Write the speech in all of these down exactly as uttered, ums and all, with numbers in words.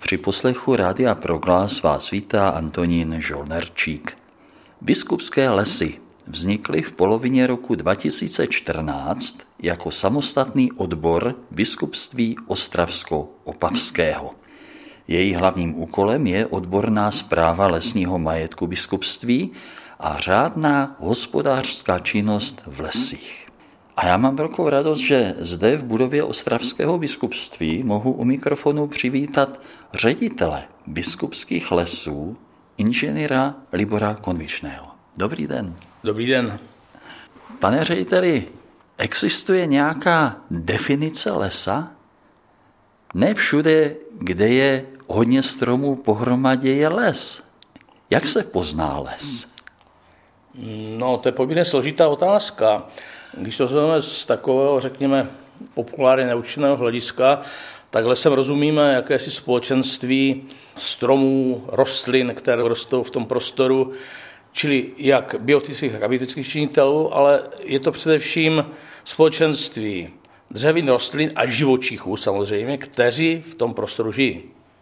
Při poslechu Rádia Proglas vás vítá Antonín Žolnerčík. Biskupské lesy vznikly v polovině roku dva tisíce čtrnáct jako samostatný odbor biskupství Ostravsko-Opavského. Její hlavním úkolem je odborná správa lesního majetku biskupství a řádná hospodářská činnost v lesích. A já mám velkou radost, že zde v budově Ostravského biskupství mohu u mikrofonu přivítat ředitele biskupských lesů, inženýra Libora Konvičného. Dobrý den. Dobrý den. Pane řediteli, existuje nějaká definice lesa? Ne všude, kde je hodně stromů pohromadě, je les. Jak se pozná les? No, to je poměrně složitá otázka. Když to vezmeme z takového, řekněme, populárně neučeného hlediska, tak lesem rozumíme jakési společenství stromů, rostlin, které rostou v tom prostoru, čili jak biotických, tak abiotických činitelů, ale je to především společenství dřevin, rostlin a živočichů samozřejmě, kteří v tom prostoru žijí.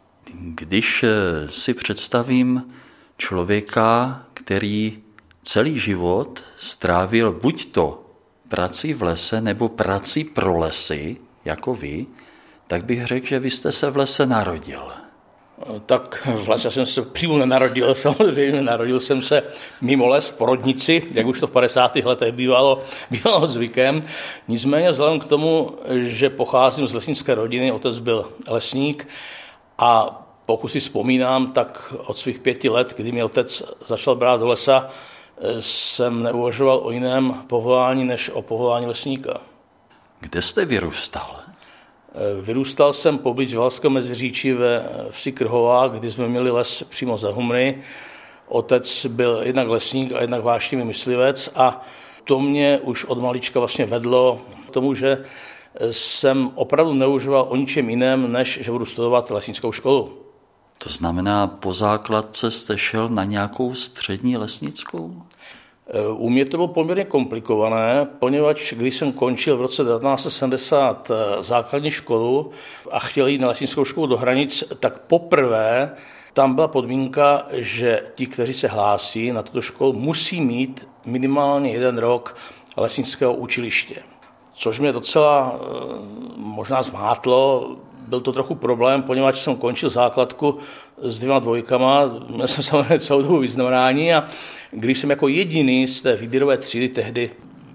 Když si představím člověka, který celý život strávil buď to prací v lese nebo prací pro lesy, jako vy, tak bych řekl, že vy jste se v lese narodil. Tak v lese jsem se přímo nenarodil, samozřejmě. Narodil jsem se mimo les v porodnici, jak už to v padesátých letech bývalo, bývalo zvykem. Nicméně vzhledem k tomu, že pocházím z lesnické rodiny, otec byl lesník a pokud si vzpomínám, tak od svých pěti let, kdy mě otec začal brát do lesa, jsem neuvažoval o jiném povolání, než o povolání lesníka. Kde jste vyrůstal? Vyrůstal jsem poblíž Valského Meziříčí ve vsi Krhová, kdy jsme měli les přímo za Humny. Otec byl jednak lesník a jednak vášnivý myslivec a to mě už od malička vlastně vedlo k tomu, že jsem opravdu neuvažoval o ničem jiném, než že budu studovat lesnickou školu. To znamená, po základce jste šel na nějakou střední lesnickou? U mě to bylo poměrně komplikované, poněvadž když jsem končil v roce devatenáct set sedmdesát základní školu a chtěl jít na lesnickou školu do Hranic, tak poprvé tam byla podmínka, že ti, kteří se hlásí na tuto školu, musí mít minimálně jeden rok lesnického učiliště. Což mě docela možná zmátlo. Byl to trochu problém, poněvadž jsem končil základku s dvěma dvojkama, měl jsem samozřejmě celou dobu vyznamenání a když jsem jako jediný z té výběrové třídy, tehdy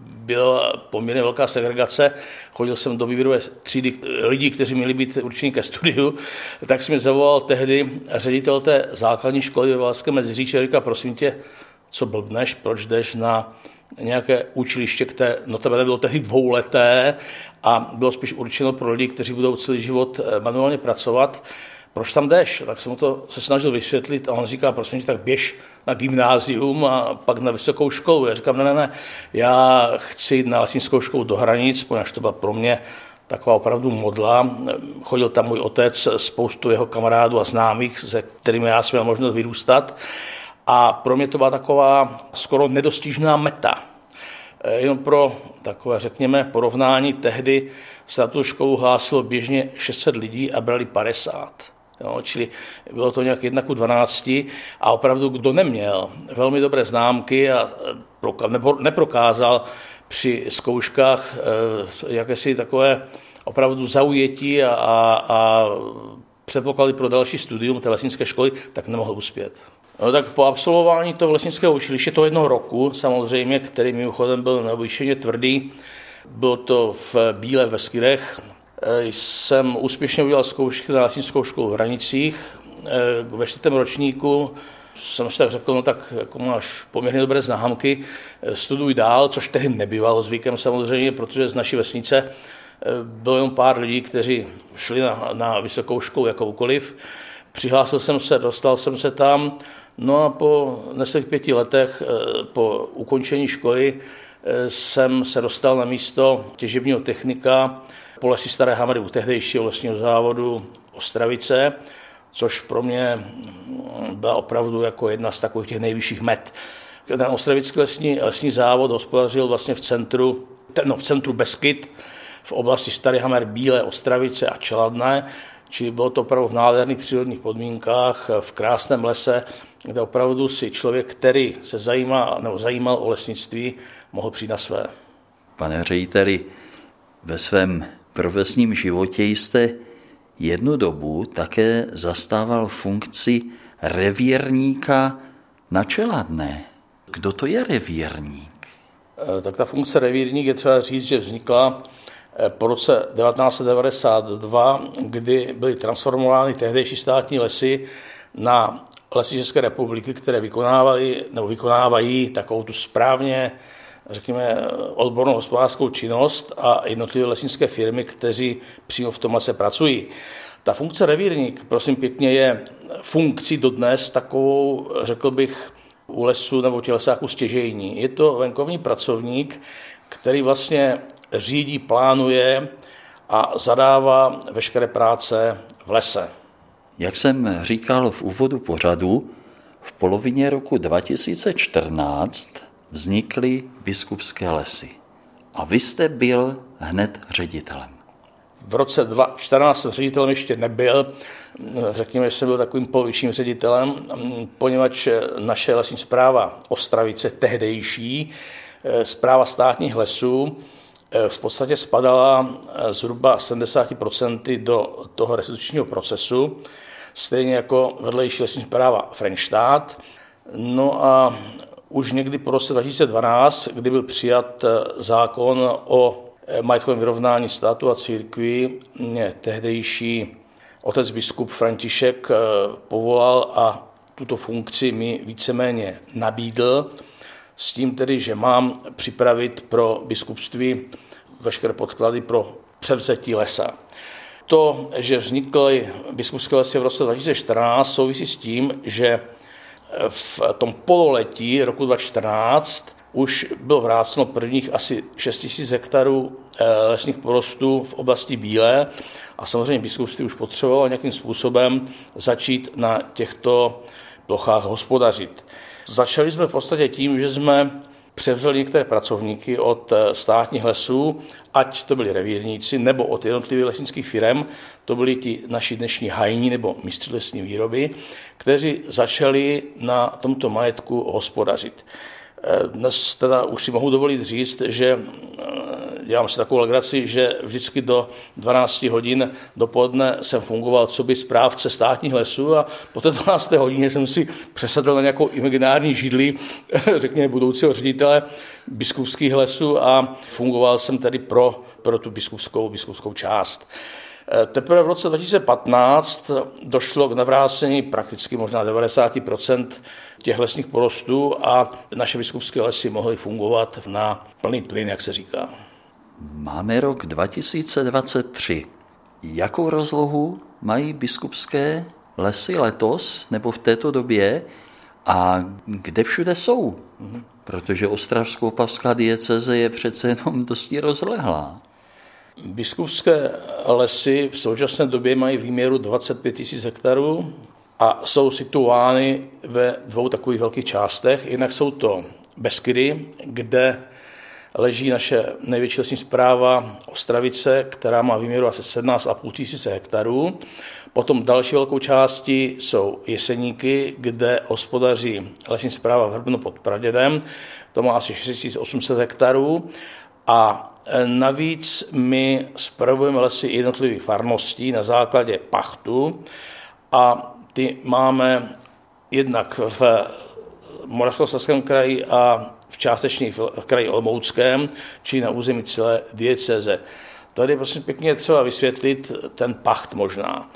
byla poměrně velká segregace, chodil jsem do výběrové třídy lidí, kteří měli být určení ke studiu, tak jsem mě zavolal tehdy ředitel té základní školy ve Valském Meziříčí a říkal, prosím tě, co blbneš, proč jdeš na nějaké učiliště, které notabene bylo tehdy dvouleté a bylo spíš určeno pro lidi, kteří budou celý život manuálně pracovat. Proč tam jdeš? Tak jsem mu to se snažil vysvětlit a on říká, prosím tě, tak běž na gymnázium a pak na vysokou školu. Já říkám, ne, ne, ne, já chci jít na lesnickou školu do Hranic, protože to byla pro mě taková opravdu modla. Chodil tam můj otec, spoustu jeho kamarádů a známých, se kterými já jsem měl možnost vyrůstat. A pro mě to byla taková skoro nedostižná meta. Jenom pro takové, řekněme, porovnání, tehdy se na tu školu hlásilo běžně šest set lidí a brali padesát. Jo, čili bylo to nějak jedna ku dvanácti a opravdu kdo neměl velmi dobré známky a nebo neprokázal při zkouškách jakési takové opravdu zaujetí a, a, a předpoklady pro další studium té lesnické školy, tak nemohl uspět. No, tak po absolvování toho lesnického učiliště, toho jednoho roku samozřejmě, který mimochodem byl neobyčejně tvrdý, bylo to v Bíle ve Skyrech, jsem úspěšně udělal zkoušky na lesnickou školu v Hranicích. Ve čtvrtém ročníku jsem si tak řekl, no tak jako máš poměrně dobré známky, studuj dál, což tehdy nebývalo zvykem samozřejmě, protože z naší vesnice bylo jen pár lidí, kteří šli na, na vysokou školu jakoukoliv. Přihlásil jsem se, dostal jsem se tam, no a po necelých pěti letech po ukončení školy jsem se dostal na místo těžebního technika po lesi Staré Hamry u tehdejšího lesního závodu Ostravice, což pro mě byla opravdu jako jedna z takových těch nejvyšších met. Ten ostravický lesní, lesní závod hospodařil vlastně v centru, no, v centru Beskyd, v oblasti Starý Hamer, Bílé, Ostravice a Čeladné, Čili bylo to opravdu v nádherných přírodních podmínkách, v krásném lese, kde opravdu si člověk, který se zajímá nebo zajímal o lesnictví, mohl přijít na své. Pane řediteli, ve svém profesním životě jste jednu dobu také zastával funkci revírníka na Čeladné. Kdo to je revírník? Tak ta funkce revírník je třeba říct, že vznikla po roce devatenáct set devadesát dva, kdy byly transformovány tehdejší státní lesy na Lesy České republiky, které vykonávaly nebo vykonávají takovou tu správně, řekněme, odbornou hospodářskou činnost a jednotlivé lesnické firmy, kteří přímo v tom lese pracují. Ta funkce revírník, prosím pěkně, je funkcí dodnes takovou, řekl bych, u lesů nebo těch lesáků stěžejní. Je to venkovní pracovník, který vlastně řídí, plánuje a zadává veškeré práce v lese. Jak jsem říkal v úvodu pořadu, v polovině roku dva tisíce čtrnáct vznikly Biskupské lesy. A vy jste byl hned ředitelem. V roce dva tisíce čtrnáct jsem ředitelem ještě nebyl, řekněme, že jsem byl takovým polovičním ředitelem, poněvadž naše lesní správa Ostravice, tehdejší správa státních lesů, v podstatě spadala zhruba sedmdesát procent do toho restitučního procesu, stejně jako vedlejší lesní správa Frenštát. No a už někdy po roce dva tisíce dvanáct, kdy byl přijat zákon o majetkovém vyrovnání státu a církví, mě tehdejší otec biskup František povolal a tuto funkci mi víceméně nabídl, s tím tedy, že mám připravit pro biskupství veškeré podklady pro převzetí lesa. To, že vznikly Biskupské lesy v roce dva tisíce čtrnáct, souvisí s tím, že v tom pololetí roku dva tisíce čtrnáct už bylo vráceno prvních asi šest tisíc hektarů lesních porostů v oblasti Bílé a samozřejmě biskupství už potřebovalo nějakým způsobem začít na těchto plochách hospodařit. Začali jsme v podstatě tím, že jsme převzali některé pracovníky od státních lesů, ať to byli revírníci, nebo od jednotlivých lesnických firem, to byli ti naši dnešní hajní nebo mistři lesní výroby, kteří začali na tomto majetku hospodařit. Dnes teda už si mohu dovolit říct, že dělám si takovou legraci, že vždycky do dvanáct hodin dopoledne jsem fungoval coby správce státních lesů a po té dvanácté hodině jsem si přesedl na nějakou imaginární židli, řekněme budoucího ředitele biskupských lesů a fungoval jsem tedy pro, pro tu biskupskou, biskupskou část. Teprve v roce dva tisíce patnáct došlo k navrácení prakticky možná devadesát procent těch lesních porostů a naše biskupské lesy mohly fungovat na plný plyn, jak se říká. Máme rok dva tisíce dvacet tři. Jakou rozlohu mají biskupské lesy letos nebo v této době a kde všude jsou? Mhm. Protože ostravsko-opavská diecéze je přece jenom dosti rozlehlá. Biskupské lesy v současné době mají výměru dvacet pět tisíc hektarů a jsou situovány ve dvou takových velkých částech. Jednak jsou to Beskydy, kde leží naše největší lesní správa Ostravice, která má výměru asi sedmnáct a půl tisíce hektarů. Potom další velkou částí jsou Jeseníky, kde hospodaří lesní správa v Hrbnu pod Pradědem, to má asi šest tisíc osm set hektarů. A navíc my spravujeme lesy jednotlivých farností na základě pachtu a ty máme jednak v Moravskoslezském kraji a v částečně v kraji Olomouckém, či na území celé diecéze. Tady prosím pěkně třeba vysvětlit ten pacht možná.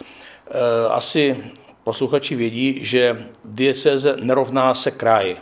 Asi posluchači vědí, že diecéze nerovná se kraj.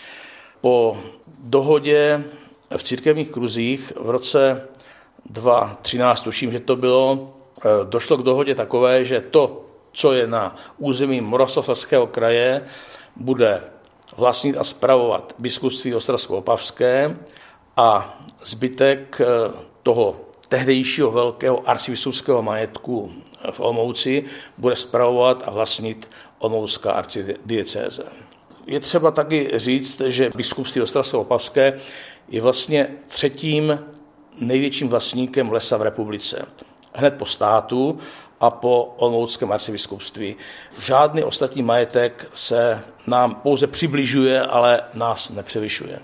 Po dohodě v církevních kruzích v roce dva tisíce třináct, tuším, že to bylo, došlo k dohodě takové, že to, co je na území Moravskoslezského kraje, bude vlastnit a spravovat biskupství ostravsko-opavské a zbytek toho tehdejšího velkého arcibiskupského majetku v Olomouci bude spravovat a vlastnit olomoucká arcidiecéze. Je třeba taky říct, že biskupství ostravsko-opavské je vlastně třetím největším vlastníkem lesa v republice. Hned po státu a po olomouckém arcibiskupství. Žádný ostatní majetek se nám pouze přibližuje, ale nás nepřevyšuje.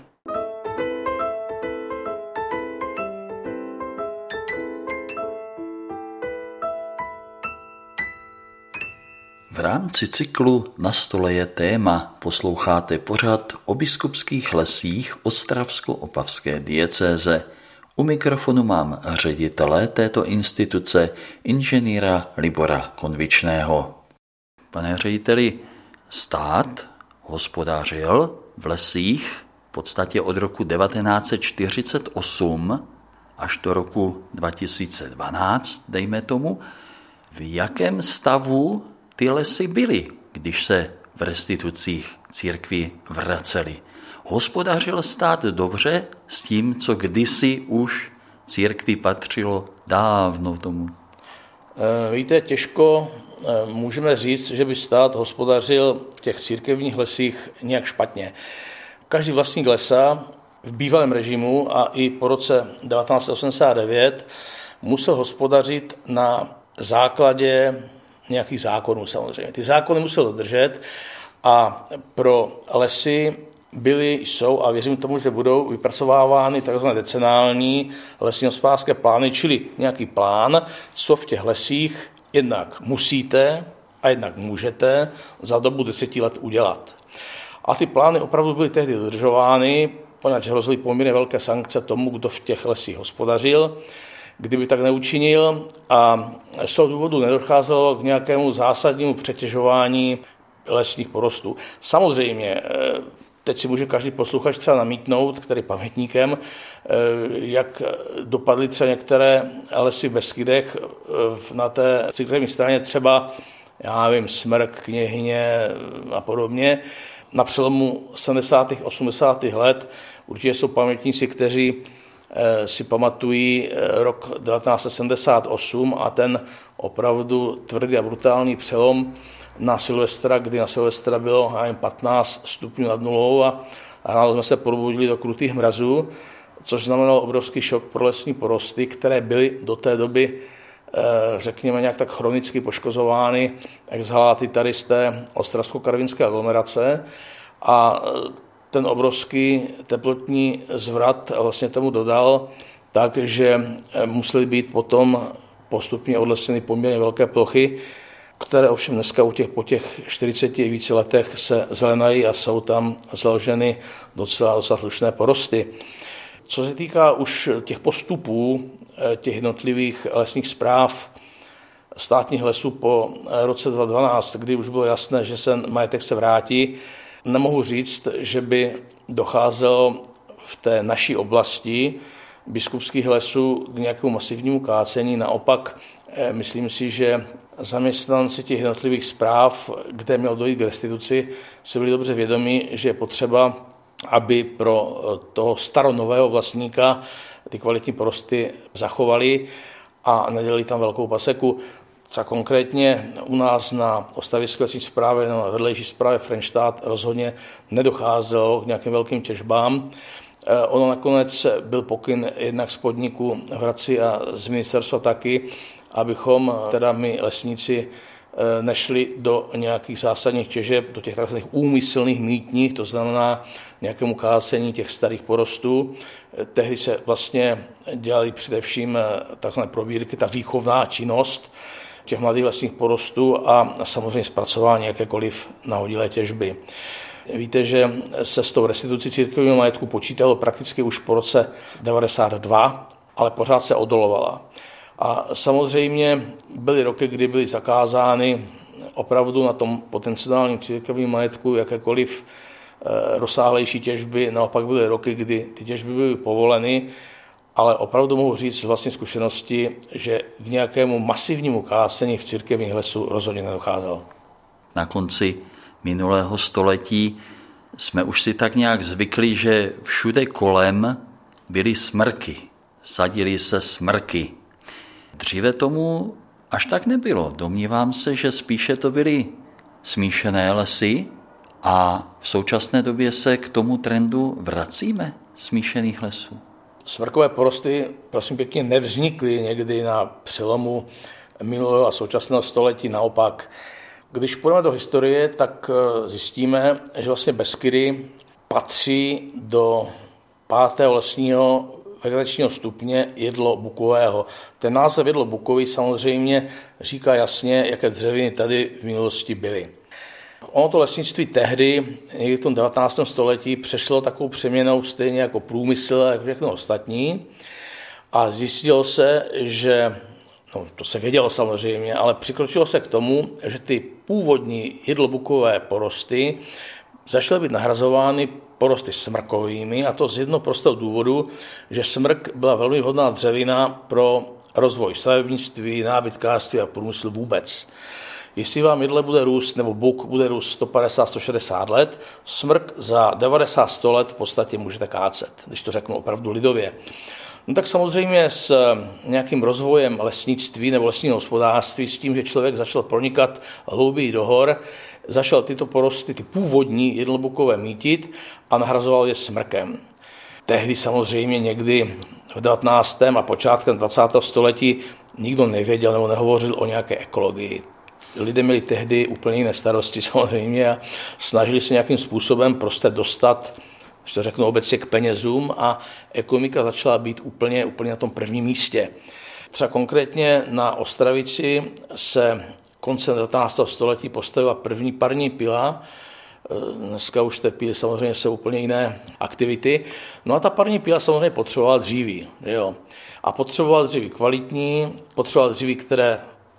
V rámci cyklu Na stole je téma posloucháte pořad o biskupských lesích ostravsko-opavské diecéze. U mikrofonu mám ředitele této instituce, inženýra Libora Konvičného. Pane řediteli, stát hospodařil v lesích v podstatě od roku devatenáct set čtyřicet osm až do roku dva tisíce dvanáct, dejme tomu. V jakém stavu ty lesy byly, když se v restitucích církvi vracely? Hospodařil stát dobře s tím, co kdysi už církvi patřilo dávno tomu? Víte, těžko můžeme říct, že by stát hospodařil v těch církevních lesích nějak špatně. Každý vlastník lesa v bývalém režimu a i po roce devatenáct set osmdesát devět musel hospodařit na základě nějakých zákonů samozřejmě. Ty zákony musel dodržet a pro lesy byly, jsou a věřím tomu, že budou vypracovávány tzv. Decenální lesní hospodářské plány, čili nějaký plán, co v těch lesích jednak musíte a jednak můžete za dobu deseti let udělat. A ty plány opravdu byly tehdy dodržovány, poněvadž hrozily poměrně velké sankce tomu, kdo v těch lesích hospodařil. Kdyby tak neučinil a z toho důvodu nedocházelo k nějakému zásadnímu přetěžování lesních porostů. Samozřejmě, teď si může každý posluchač třeba namítnout, který pamětníkem, jak dopadly třeba některé lesy v Beskydech na té církevní straně, třeba, já nevím, Smrk, Kněhyně a podobně. Na přelomu sedmdesátých osmdesátých let určitě jsou pamětníci, kteří si pamatují rok devatenáct set sedmdesát osm a ten opravdu tvrdý a brutální přelom na Silvestra, kdy na Silvestra bylo nevím, patnáct stupňů nad nulou a ráno jsme se probudili do krutých mrazů, což znamenalo obrovský šok pro lesní porosty, které byly do té doby, řekněme, nějak tak chronicky poškozovány exhaláty tady z té ostravsko-karvinské aglomerace a ten obrovský teplotní zvrat vlastně tomu dodal, takže musely být potom postupně odlesněny poměrně velké plochy, které ovšem dneska u těch, po těch čtyřiceti více letech se zelenají a jsou tam založeny docela, docela slušné porosty. Co se týká už těch postupů těch jednotlivých lesních správ státních lesů po roce dva tisíce dvanáct, kdy už bylo jasné, že se majetek se vrátí, nemohu říct, že by docházelo v té naší oblasti biskupských lesů k nějakému masivnímu kácení. Naopak, myslím si, že zaměstnanci těch jednotlivých správ, kde mělo dojít k restituci, si byli dobře vědomi, že je potřeba, aby pro toho staronového vlastníka ty kvalitní porosty zachovali a nedělali tam velkou paseku. Třeba konkrétně u nás na Ostravské lesní správě, na vedlejší správě Frenštát rozhodně nedocházelo k nějakým velkým těžbám. Ono nakonec byl pokyn jednak z podniku v Hradci a z ministerstva taky, abychom teda my lesníci nešli do nějakých zásadních těžeb, do těch takzvaných úmyslných mýtních, to znamená nějakému kácení těch starých porostů. Tehdy se vlastně dělaly především takzvané probírky, ta výchovná činnost těch mladých lesních porostů a samozřejmě zpracování jakékoliv nahodilé těžby. Víte, že se s tou restitucí církevního majetku počítalo prakticky už po roce devadesát dva, ale pořád se odolovala. A samozřejmě byly roky, kdy byly zakázány opravdu na tom potenciálním církevním majetku jakékoliv rozsáhlejší těžby. Naopak byly roky, kdy ty těžby byly povoleny, ale opravdu mohu říct z vlastní zkušenosti, že k nějakému masivnímu kácení v církevních lesů rozhodně nedocházelo. Na konci minulého století jsme už si tak nějak zvykli, že všude kolem byly smrky. Sadily se smrky. Dříve tomu až tak nebylo. Domnívám se, že spíše to byly smíšené lesy a v současné době se k tomu trendu vracíme smíšených lesů. Smrkové porosty, prosím pěkně, nevznikly někdy na přelomu minulého a současného století naopak. Když půjdeme do historie, tak zjistíme, že vlastně Beskydy patří do pátého lesního vegetačního stupně jedlo-bukového. Ten název jedlo-bukový samozřejmě říká jasně, jaké dřeviny tady v minulosti byly. Ono to lesnictví tehdy, někdy v tom devatenáctém století, přešlo takovou přeměnou stejně jako průmysl a jako všechno ostatní. A zjistilo se, že, no to se vědělo samozřejmě, ale přikročilo se k tomu, že ty původní jedlobukové porosty začaly být nahrazovány porosty smrkovými, a to z jednoho prostého důvodu, že smrk byla velmi vhodná dřevina pro rozvoj stavebnictví, nábytkářství a průmyslu vůbec. Jestli vám jedle bude růst, nebo buk bude růst sto padesát až sto šedesát let, smrk za devadesát až sto let v podstatě můžete kácet, když to řeknu opravdu lidově. No tak samozřejmě s nějakým rozvojem lesnictví nebo lesního hospodářství, s tím, že člověk začal pronikat hlouběji do hor, začal tyto porosty, ty původní jedlobukové mítit a nahrazoval je smrkem. Tehdy samozřejmě někdy v devatenáctém a počátkem dvacátého století nikdo nevěděl nebo nehovořil o nějaké ekologii. Lidé měli tehdy úplně jiné starosti samozřejmě a snažili se nějakým způsobem prostě dostat, když to řeknu obecně, k penězům, a ekonomika začala být úplně, úplně na tom prvním místě. Třeba konkrétně na Ostravici se koncem devatenáctého století postavila první parní pila. Dneska už té píly samozřejmě jsou úplně jiné aktivity. No a ta parní pila samozřejmě potřebovala dříví. Jo. A potřebovala dříví kvalitní, potřebovala dříví, které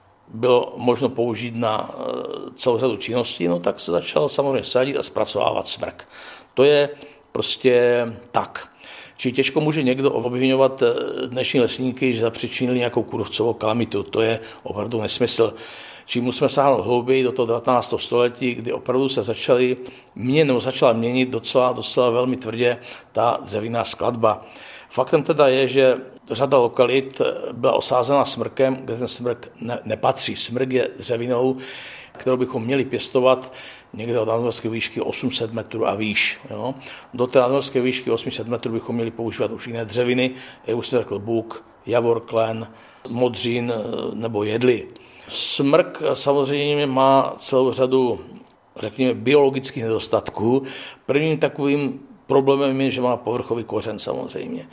bylo možno použít na celou řadu činností, no tak se začal samozřejmě sadit a zpracovávat smrk. To je prostě tak. Čili těžko může někdo obviňovat dnešní lesníky, že zapřičinili nějakou kůrovcovou kalamitu. To je opravdu nesmysl. Čili musíme sáhnout hlouběji do toho devatenáctého století, kdy opravdu se začaly měnit, nebo začala měnit docela, docela velmi tvrdě ta dřevinná skladba. Faktem teda je, že řada lokalit byla osázena smrkem, kde ten smrk ne, nepatří. Smrk je dřevinou, kterou bychom měli pěstovat někde od nadmořské výšky osm set metrů a výš. Jo. Do té nadmořské výšky osm set metrů bychom měli používat už jiné dřeviny, jak už jsem řekl, buk, javor, klen, modřín nebo jedli. Smrk samozřejmě má celou řadu, řekněme, biologických nedostatků. Prvním takovým problémem je, že má povrchový kořen samozřejmě.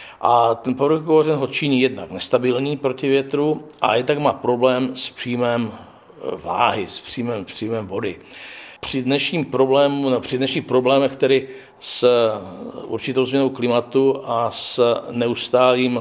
A ten povrchový kořen ho činí jednak nestabilní proti větru a jednak má problém s příjmem váhy, s příjmem, příjmem vody. Při dnešním problému, no, při dnešních problémech, který s určitou změnou klimatu a s neustálým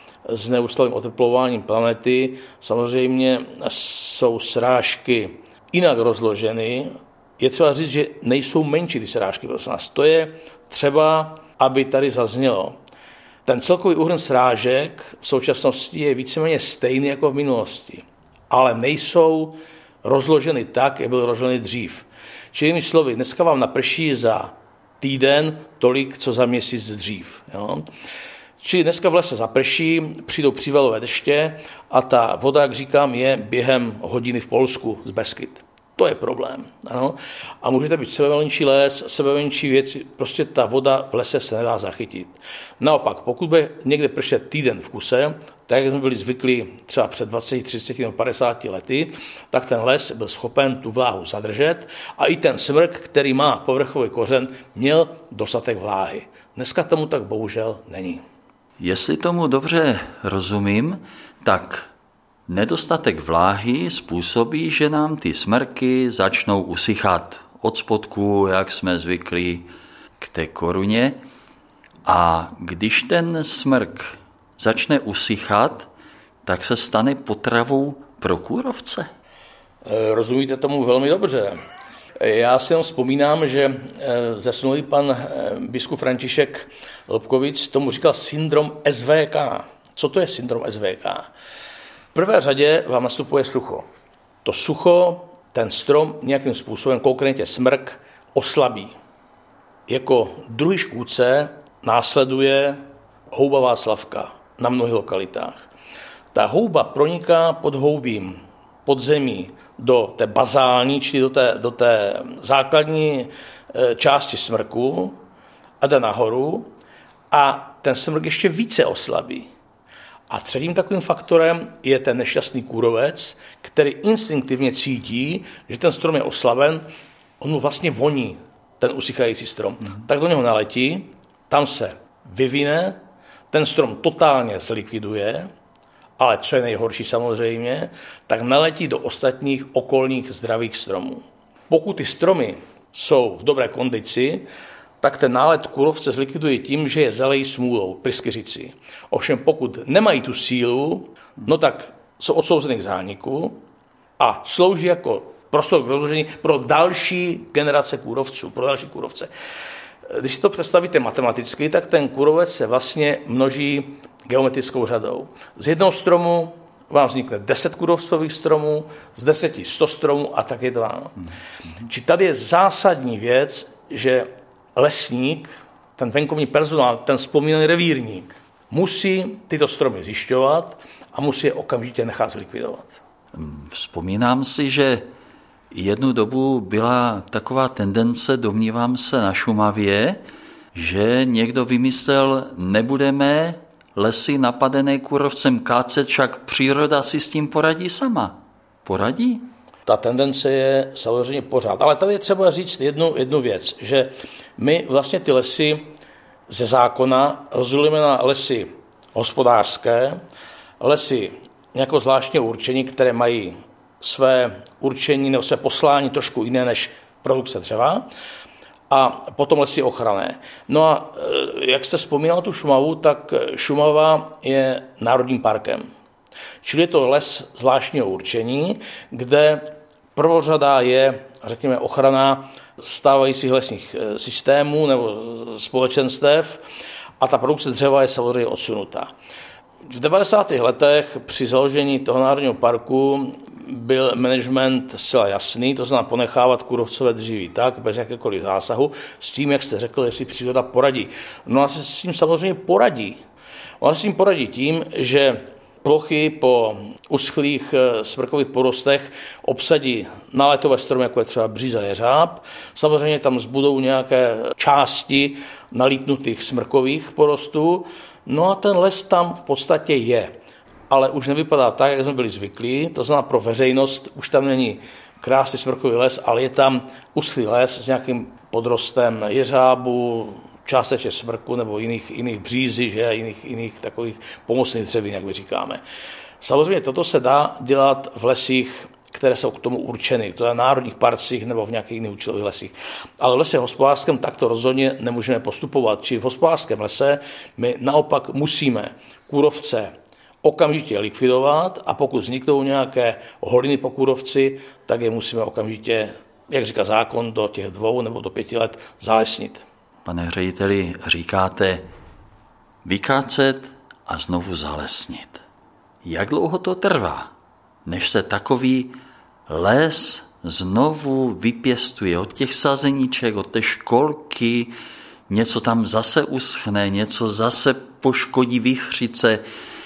s neustálým oteplováním planety samozřejmě jsou srážky jinak rozloženy. Je třeba říct, že nejsou menší ty srážky, prosím nás. To je třeba, aby tady zaznělo. Ten celkový úhrn srážek v současnosti je víceméně stejný jako v minulosti, ale nejsou rozloženy tak, jak byly rozloženy dřív. Čili slovy, dneska vám naprší za týden tolik, co za měsíc dřív. Jo? Čili dneska v lese zaprší, přijdou přívalové deště a ta voda, jak říkám, je během hodiny v Polsku z Beskyd. To je problém. Ano? A můžete být sebemenší les, sebemenší věci, prostě ta voda v lese se nedá zachytit. Naopak, pokud bude někde pršet týden v kuse, tak jak jsme byli zvyklí třeba před dvaceti, třiceti nebo padesáti lety, tak ten les byl schopen tu vláhu zadržet a i ten smrk, který má povrchový kořen, měl dostatek vláhy. Dneska tomu tak bohužel není. Jestli tomu dobře rozumím, tak nedostatek vláhy způsobí, že nám ty smrky začnou usychat od spodku, jak jsme zvyklí, k té koruně. A když ten smrk začne usychat, tak se stane potravou pro kůrovce. Rozumíte tomu velmi dobře. Já si jenom vzpomínám, že zesnulý pan biskup František Lobkovic tomu říkal syndrom S V K. Co to je syndrom S V K? V prvé řadě vám nastupuje sucho. To sucho ten strom nějakým způsobem, konkrétně smrk, oslabí. Jako druhý škůdce následuje houba Václavka na mnohých lokalitách. Ta houba proniká pod houbím podzemí do té bazální, čili do té, do té základní části smrku a jde nahoru a ten smrk ještě více oslabí. A třetím takovým faktorem je ten nešťastný kůrovec, který instinktivně cítí, že ten strom je oslaben, on mu vlastně voní ten usychající strom. Mm. Tak do něho naletí, tam se vyvine, ten strom totálně zlikviduje, ale co je nejhorší samozřejmě, tak naletí do ostatních okolních zdravých stromů. Pokud ty stromy jsou v dobré kondici, tak ten nálet kůrovce zlikviduje tím, že je zalejí smůlou, pryskyřicí. Ovšem pokud nemají tu sílu, no tak jsou odsouzeny k zániku a slouží jako prostor k rozložení pro další generace kůrovců, pro další kůrovce. Když si to představíte matematicky, tak ten kůrovec se vlastně množí geometrickou řadou. Z jednoho stromu vám vznikne deset kůrovcových stromů, z deseti sto stromů a tak je to dáno. Či tady je zásadní věc, že lesník, ten venkovní personál, ten vzpomínaný revírník, musí tyto stromy zjišťovat a musí je okamžitě nechat zlikvidovat. Vzpomínám si, že jednu dobu byla taková tendence, domnívám se, na Šumavě, že někdo vymyslel, nebudeme lesy napadené kůrovcem kácet, však příroda si s tím poradí sama. Poradí? Ta tendence je samozřejmě pořád. Ale tady je třeba říct jednu, jednu věc, že my vlastně ty lesy ze zákona rozdělujeme na lesy hospodářské, lesy nějakého zvláštního určení, které mají své určení nebo své poslání trošku jiné než produkce dřeva, a potom lesy ochranné. No a jak jste vzpomínal tu Šumavu, tak Šumava je národním parkem. Čili je to les zvláštního určení, kde prvořadá je, řekněme, ochrana stávajících lesních systémů nebo společenstev a ta produkce dřeva je samozřejmě odsunutá. V devadesátých letech při založení toho národního parku byl management zcela jasný, to znamená ponechávat kůrovcové dříví tak, bez jakékoliv zásahu, s tím, jak jste řekl, jestli příroda poradí. No a se s tím samozřejmě poradí. Ona se s tím poradí tím, že plochy po uschlých smrkových porostech obsadí náletové stromy, jako je třeba bříza jeřáb. Samozřejmě tam zbudou nějaké části nalítnutých smrkových porostů. No a ten les tam v podstatě je. Ale už nevypadá tak, jak jsme byli zvyklí. To znamená, pro veřejnost už tam není krásný smrkový les, ale je tam uschlý les s nějakým podrostem jeřábu, částečně smrku nebo jiných, jiných břízí, že? Jiných, jiných takových pomocných dřevin, jak my říkáme. Samozřejmě toto se dá dělat v lesích, které jsou k tomu určeny, to je v národních parcích nebo v nějakých jiných účelových lesích. Ale v lese hospodářském takto rozhodně nemůžeme postupovat. Či v hospodářském lese my naopak musíme kůrovce okamžitě likvidovat a pokud vzniknou nějaké holiny po kůrovci, tak je musíme okamžitě, jak říká zákon, do těch dvou nebo do pěti let zalesnit. Pane řediteli, říkáte vykácet a znovu zalesnit. Jak dlouho to trvá, než se takový les znovu vypěstuje od těch sazeníček, od té školky, něco tam zase uschne, něco zase poškodí vichřice.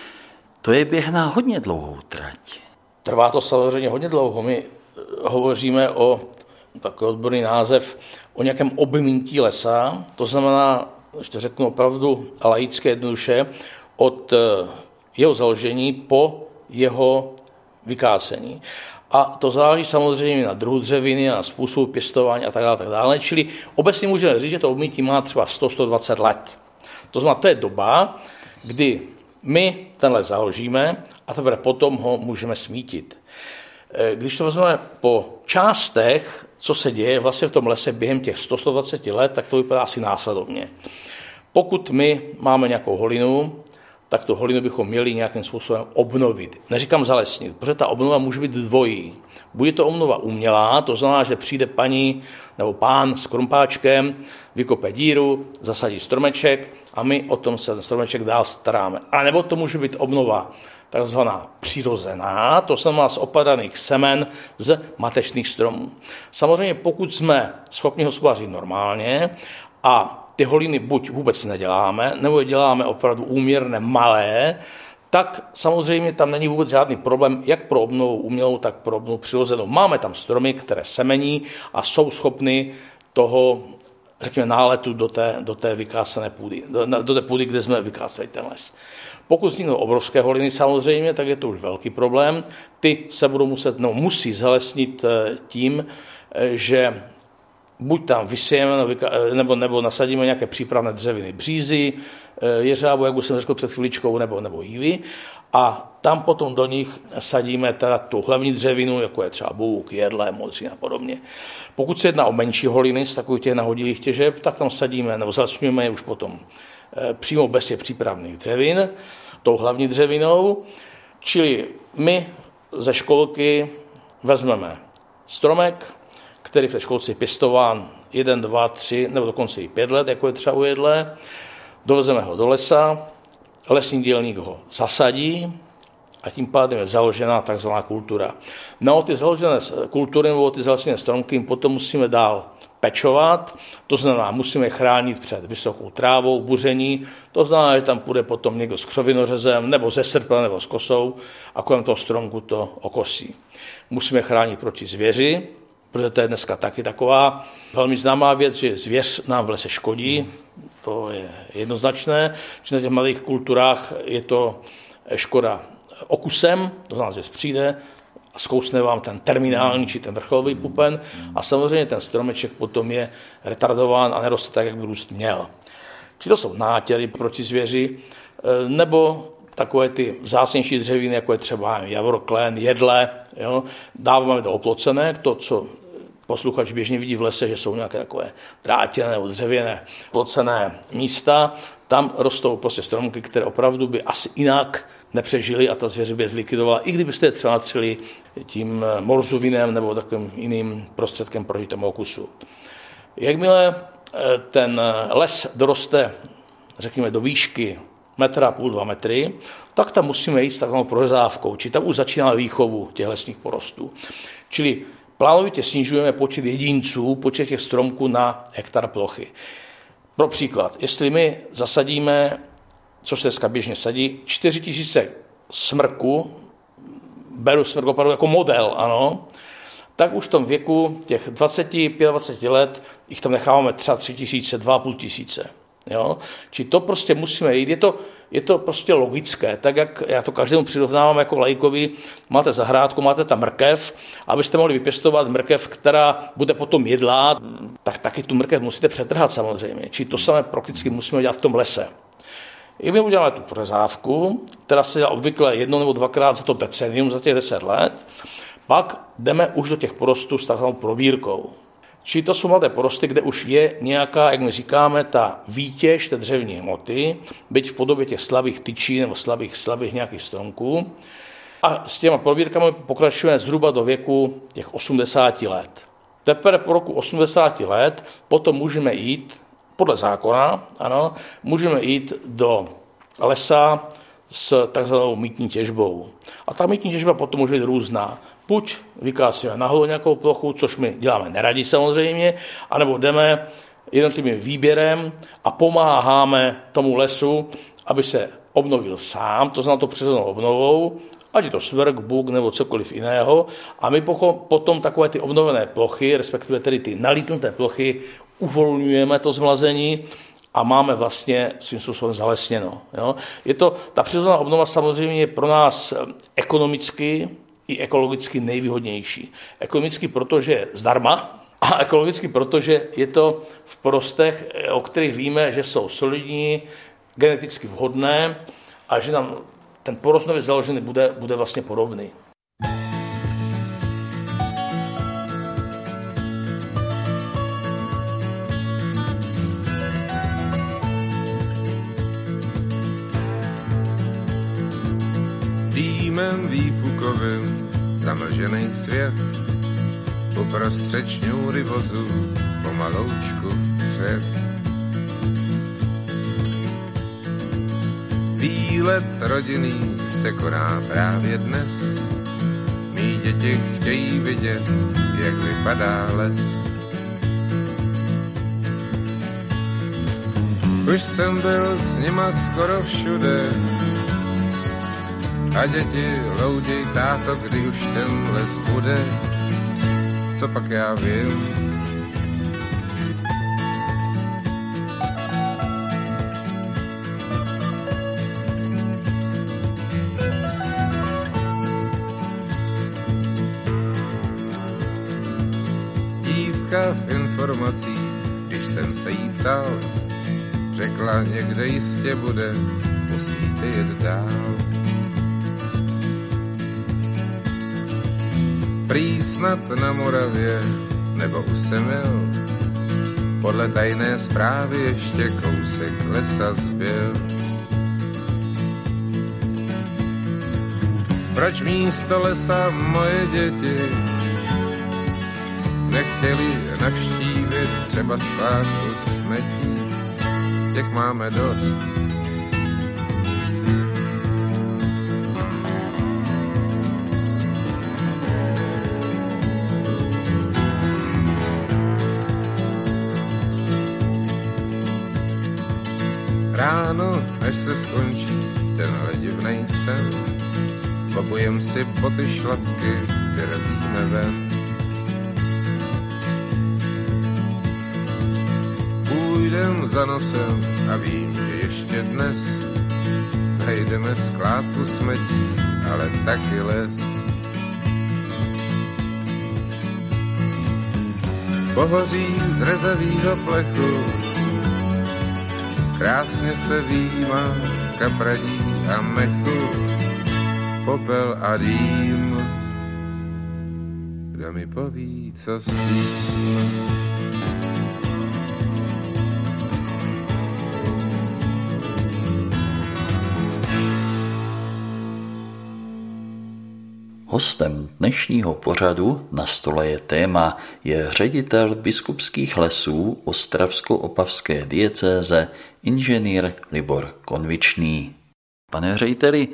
To je běh na hodně dlouhou trať. Trvá to samozřejmě hodně dlouho. My hovoříme o takový odborný název, o nějakém obmýtí lesa, to znamená, když to řeknu opravdu laické jednoduše, od jeho založení po jeho vykácení. A to záleží samozřejmě na druhu dřeviny, na způsobu pěstování a tak dále, tak dále. Čili obecně můžeme říct, že to obmýtí má třeba sto až sto dvacet let. To znamená, to je doba, kdy my ten les založíme a teprve potom ho můžeme smítit. Když to vezmeme po částech, co se děje vlastně v tom lese během těch sto až sto dvacet let, tak to vypadá asi následovně. Pokud my máme nějakou holinu, tak tu holinu bychom měli nějakým způsobem obnovit. Neříkám zalesnit, protože ta obnova může být dvojí. Bude to obnova umělá, to znamená, že přijde paní nebo pán s krumpáčkem, vykope díru, zasadí stromeček a my o tom se ten stromeček dál staráme. A nebo to může být obnova takzvaná přirozená, to znamená z opadaných semen z matečných stromů. Samozřejmě pokud jsme schopni hospodařit normálně a ty holiny buď vůbec neděláme, nebo je děláme opravdu úměrně malé, tak samozřejmě tam není vůbec žádný problém, jak pro obnovu umělou, tak pro obnovu přirozenou. Máme tam stromy, které semení a jsou schopny toho řekněme, náletu do té, do té vykásané půdy, do, do té půdy, kde jsme vykásali ten les. Pokud vzniknou obrovské holiny samozřejmě, tak je to už velký problém. Ty se budou muset, no musí zalesnit tím, že buď tam vysejeme nebo, nebo nasadíme nějaké přípravné dřeviny, břízy, jeřábu, jak už jsem řekl před chviličkou, nebo, nebo jívy. A tam potom do nich sadíme teda tu hlavní dřevinu, jako je třeba bůk, jedle, modřín a podobně. Pokud se jedná o menší holiny z takových těch nahodilých těžeb, tak tam sadíme nebo zalesňujeme je už potom přímo bez těch přípravných dřevin, tou hlavní dřevinou. Čili my ze školky vezmeme stromek, který v té školce je pěstován jeden, dva, tři nebo dokonce i pět let, jako je třeba u jedle, dovezeme ho do lesa, lesní dělník ho zasadí a tím pádem je založená takzvaná kultura. No, ty založené kultury nebo ty zalesněné stromky potom musíme dál pečovat, to znamená, musíme chránit před vysokou trávou, buření, to znamená, že tam půjde potom někdo s křovinořezem nebo ze srpem nebo s kosou a kolem toho stromku to okosí. Musíme chránit proti zvěři, protože to je dneska taky taková velmi známá věc, že zvěř nám v lese škodí, to je jednoznačné, že na těch malých kulturách je to škoda okusem, to znamená, že přijde a zkousne vám ten terminální či ten vrcholový pupen a samozřejmě ten stromeček potom je retardován a neroste tak, jak by růst měl. Či to jsou nátěry proti zvěři, nebo takové ty vzácnější dřeviny, jako je třeba javor, klen, jedle, jo, dáváme to oplocené, to, co posluchač běžně vidí v lese, že jsou nějaké takové drátěné nebo dřevěné plocené místa, tam rostou prostě stromky, které opravdu by asi jinak nepřežili a ta zvěř by je zlikvidovala, i kdybyste je třeba natřeli tím morzuvinem nebo takovým jiným prostředkem proti tomu okusu. Jakmile ten les doroste, řekněme, do výšky metra a půl, dva metry, tak tam musíme jít s takovou prořezávkou, či tam už začíná výchovu těch lesních porostů. Čili plánovitě snižujeme počet jedinců, počet těch stromků na hektar plochy. Pro příklad, jestli my zasadíme, což se dneska běžně sadí, čtyři tisíce smrků, beru smrk opravdu jako model, ano, tak už v tom věku těch dvacet, dvacet pět let jich tam necháváme třeba tři tisíce, dva a půl tisíce. Jo? Či to prostě musíme jít. Je to, je to prostě logické, tak jak já to každému přirovnávám jako laikovi, máte zahrádku, máte tam mrkev, abyste mohli vypěstovat mrkev, která bude potom jedlá, tak taky tu mrkev musíte přetrhat samozřejmě. Či to samé prakticky musíme dělat v tom lese. I my uděláme tu prořezávku, která se dělá obvykle jedno nebo dvakrát za to decenium, za těch deset let, pak jdeme už do těch porostů s takzvanou probírkou. Čili to jsou mladé porosty, kde už je nějaká, jak my říkáme, ta výtěž té dřevní hmoty, byť v podobě těch slabých tyčí nebo slabých, slabých nějakých stromků. A s těma probírkami pokračujeme zhruba do věku těch osmdesáti let. Teprve po roku osmdesáti let potom můžeme jít, podle zákona, ano, můžeme jít do lesa s takzvanou mýtní těžbou. A ta mýtní těžba potom může být různá. Buď vykásíme nahoru nějakou plochu, což my děláme neradi samozřejmě, anebo jdeme jednotlivým výběrem a pomáháme tomu lesu, aby se obnovil sám, to znamená to přirozenou obnovou, ať je to smrk, buk nebo cokoliv jiného. A my potom takové ty obnovené plochy, respektive tedy ty nalítnuté plochy, uvolňujeme to zmlazení a máme vlastně svým způsobem zalesněno. Jo? Je to, ta přirozená obnova samozřejmě je pro nás ekonomicky i ekologicky nejvýhodnější. Ekologicky, protože je zdarma, a ekologicky, protože je to v porostech, o kterých víme, že jsou solidní, geneticky vhodné a že nám ten porost nově založený bude, bude vlastně podobný. Dýmem výfukovým zamlžený svět, uprostřed šňůry vozu pomaloučku vpřed. Výlet rodinný se koná právě dnes, mý děti chtějí vidět, jak vypadá les. Už jsem byl s nima skoro všude, a děti louděj, táto, kdy už ten les bude, co pak já vím. nocí, když jsem se jí ptal, řekla, někde jistě bude, musíte jet dál. Prý snad na Moravě, nebo u Semil, podle tajné zprávy ještě kousek lesa zbyl. Proč místo lesa moje děti nechtěli navštívit třeba skládku smetí, jak máme dost. Ráno, až se skončí tenhle divnej sen, pakujem si po ty šlapky, vyrazíme ven. Půjdem za nosem a vím, že ještě dnes najdeme skládku smetí, ale taky les. Pohoří z rezavýho plechu krásně se výjímá kapradí a mechu, popel a dým, kdo mi poví, co s tím. Hostem dnešního pořadu Na stole je téma je ředitel biskupských lesů Ostravsko-opavské diecéze inženýr Libor Konvičný. Pane řediteli,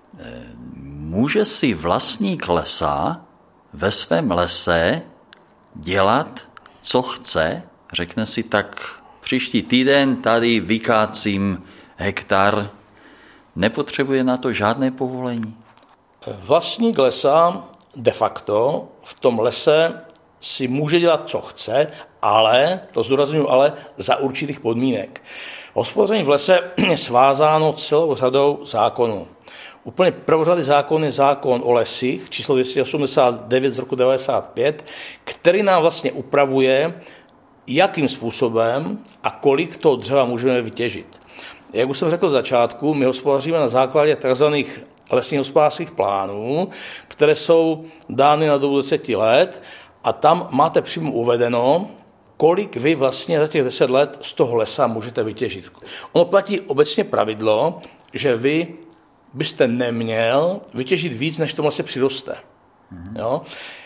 může si vlastník lesa ve svém lese dělat, co chce? Řekne si tak, příští týden tady vykácím hektar, nepotřebuje na to žádné povolení? Vlastník lesa de facto v tom lese si může dělat, co chce, ale, to zdůrazňuji, ale za určitých podmínek. Hospodaření v lese je svázáno celou řadou zákonů. Úplně prvořadý zákon je zákon o lesích, číslo dvě stě osmdesát devět z roku devadesát pět, který nám vlastně upravuje, jakým způsobem a kolik toho dřeva můžeme vytěžit. Jak už jsem řekl v začátku, my hospodaříme na základě tzv. Lesních hospodářských plánů, které jsou dány na dobu deseti let a tam máte přímo uvedeno, kolik vy vlastně za těch deset let z toho lesa můžete vytěžit. Ono platí obecně pravidlo, že vy byste neměl vytěžit víc, než tomu lese přiroste. Mm-hmm. Jo?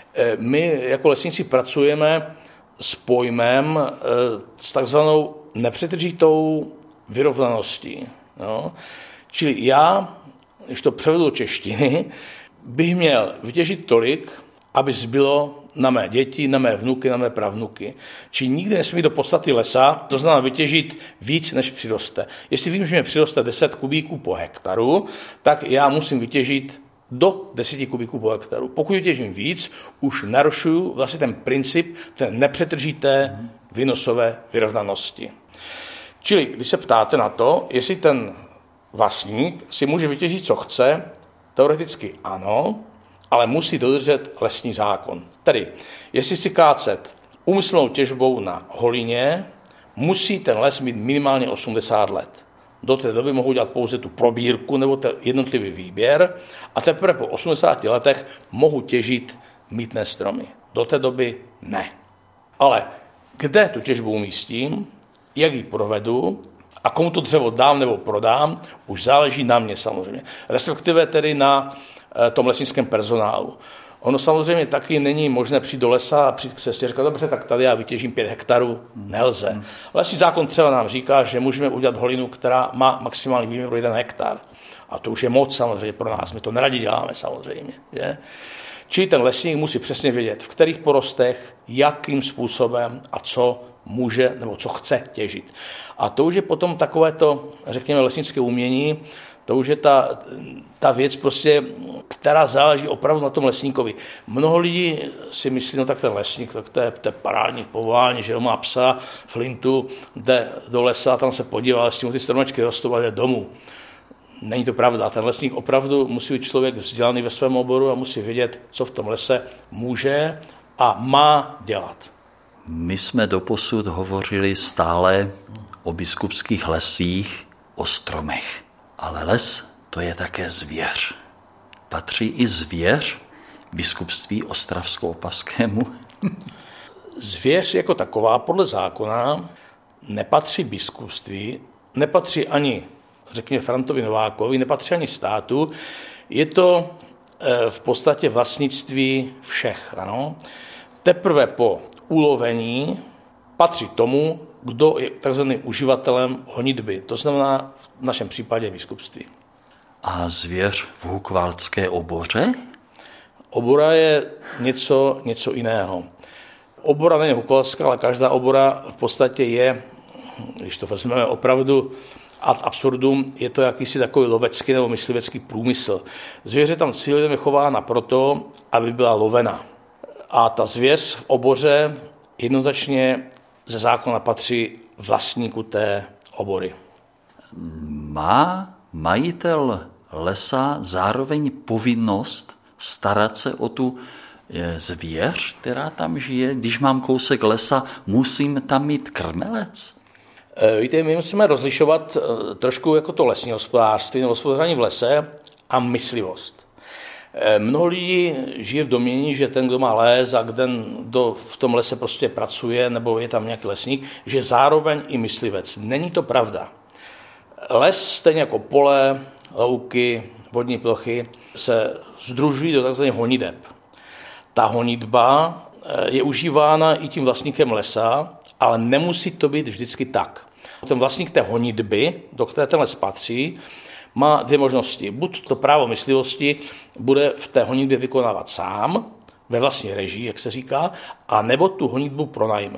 My jako lesníci pracujeme s pojmem, s takzvanou nepřetržitou vyrovnaností. Jo? Čili já, když to převedu do češtiny, bych měl vytěžit tolik, aby zbylo na mé děti, na mé vnuky, na mé pravnuky. Či nikdy nesmí do podstaty lesa, to znamená vytěžit víc, než přiroste. Jestli vím, že mi přiroste deset kubíků po hektaru, tak já musím vytěžit do deset kubíků po hektaru. Pokud vytěžím víc, už narušuju vlastně ten princip té nepřetržité výnosové vyrovnanosti. Čili, když se ptáte na to, jestli ten vlastník si může vytěžit, co chce, teoreticky ano, ale musí dodržet lesní zákon. Tedy, jestli chci kácet úmyslnou těžbou na holině, musí ten les mít minimálně osmdesát let. Do té doby mohu dělat pouze tu probírku nebo ten jednotlivý výběr a teprve po osmdesáti letech mohu těžit mýtné stromy. Do té doby ne. Ale kde tu těžbu umístím, jak ji provedu a komu to dřevo dám nebo prodám, už záleží na mě samozřejmě. Respektive tedy na tom lesnickém personálu. Ono samozřejmě taky není možné přijít do lesa a přijít k sestě a říkat, dobře, tak tady já vytěžím pět hektarů. Nelze. Lesní zákon třeba nám říká, že můžeme udělat holinu, která má maximální výměru jeden hektar. A to už je moc samozřejmě pro nás. My to neradi děláme samozřejmě. Že? Čili ten lesník musí přesně vědět, v kterých porostech, jakým způsobem a co může nebo co chce těžit. A to už je potom takovéto, řekněme, lesnické umění, to už je ta, ta věc, prostě, která záleží opravdu na tom lesníkovi. Mnoho lidí si myslí, no tak ten lesník, tak to je, to je parádní povolání, že on má psa, flintu, jde do lesa, tam se podívá, s tím ty stromečky rostou a jde domů. Není to pravda. Ten lesník opravdu musí být člověk vzdělaný ve svém oboru a musí vědět, co v tom lese může a má dělat. My jsme doposud hovořili stále o biskupských lesích, o stromech. Ale les to je také zvěř. Patří i zvěř biskupství ostravsko-opavskému? Zvěř jako taková podle zákona nepatří biskupství, nepatří ani, řekněme, Frantovi Novákovi, nepatří ani státu. Je to v podstatě vlastnictví všech. Ano. Teprve po ulovení patří tomu, kdo je takzvaným uživatelem honitby. To znamená v našem případě biskupství. A zvěř v hukvaldské oboře? Obora je něco, něco jiného. Obora není hukvalská, ale každá obora v podstatě je, když to vezmeme opravdu ad absurdum, je to jakýsi takový lovecký nebo myslivecký průmysl. Zvěř je tam cíleně chována proto, aby byla lovena. A ta zvěř v oboře jednoznačně ze zákona patří vlastníku té obory. Má majitel lesa zároveň povinnost starat se o tu zvěř, která tam žije? Když mám kousek lesa, musím tam mít krmelec? Víte, my musíme rozlišovat trošku jako to lesní hospodářství nebo hospodaření v lese a myslivost. Mnoho lidí žije v domnění, že ten, kdo má les a ten, kdo v tom lese prostě pracuje nebo je tam nějaký lesník, že zároveň i myslivec. Není to pravda. Les, stejně jako pole, louky, vodní plochy, se sdružují do tzv. Honiteb. Ta honitba je užívána i tím vlastníkem lesa, ale nemusí to být vždycky tak. Ten vlastník té honitby, do které ten les patří, má dvě možnosti. Buď to právo myslivosti bude v té honitbě vykonávat sám, ve vlastní režii, jak se říká, a nebo tu honitbu pronajme.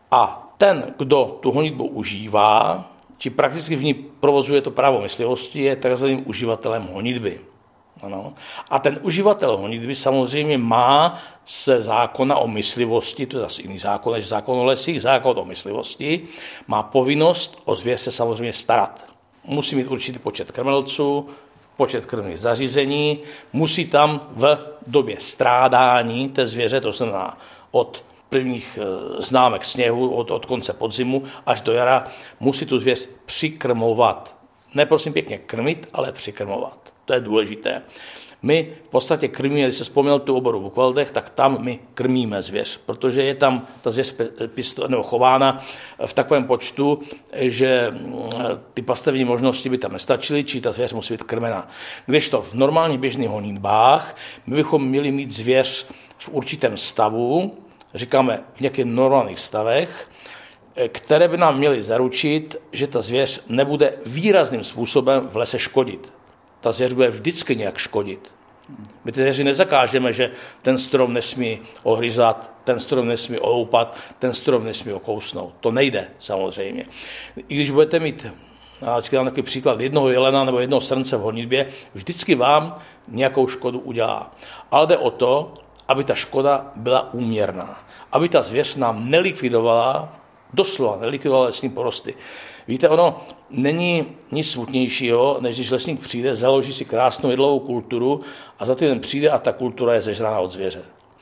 A ten, kdo tu honitbu užívá, či prakticky v ní provozuje to právo myslivosti, je takzvaným uživatelem honitby. Ano. A ten uživatel honitby samozřejmě má se zákona o myslivosti, to je zase jiný zákon než zákon o lesích, zákon o myslivosti, má povinnost o zvěř se samozřejmě starat. Musí mít určitý počet krmelců, počet krmných zařízení, musí tam v době strádání té zvěře, to znamená od prvních známek sněhu, od, od konce podzimu až do jara, musí tu zvěř přikrmovat. Ne prosím pěkně krmit, ale přikrmovat. To je důležité. My v podstatě krmíme, když se vzpomněl tu oboru v Hukvaldech, tak tam my krmíme zvěř, protože je tam ta zvěř nebo chována v takovém počtu, že ty pastevní možnosti by tam nestačily, či ta zvěř musí být krmena. Kdežto v normálních běžných honitbách my bychom měli mít zvěř v určitém stavu, říkáme v nějakých normálních stavech, které by nám měly zaručit, že ta zvěř nebude výrazným způsobem v lese škodit. Ta zvěř bude vždycky nějak škodit. My ty zvěři nezakážeme, že ten strom nesmí ohryzat, ten strom nesmí oloupat, ten strom nesmí okousnout. To nejde samozřejmě. I když budete mít, vždycky dám takový příklad, jednoho jelena nebo jednoho srnce v honitbě, vždycky vám nějakou škodu udělá. Ale jde o to, aby ta škoda byla úměrná. Aby ta zvěř nám nelikvidovala, doslova nelikvidovala lesní porosty. Víte, ono není nic smutnějšího, než když lesník přijde, založí si krásnou jedlovou kulturu a za týden přijde a ta kultura je zežraná od zvěře.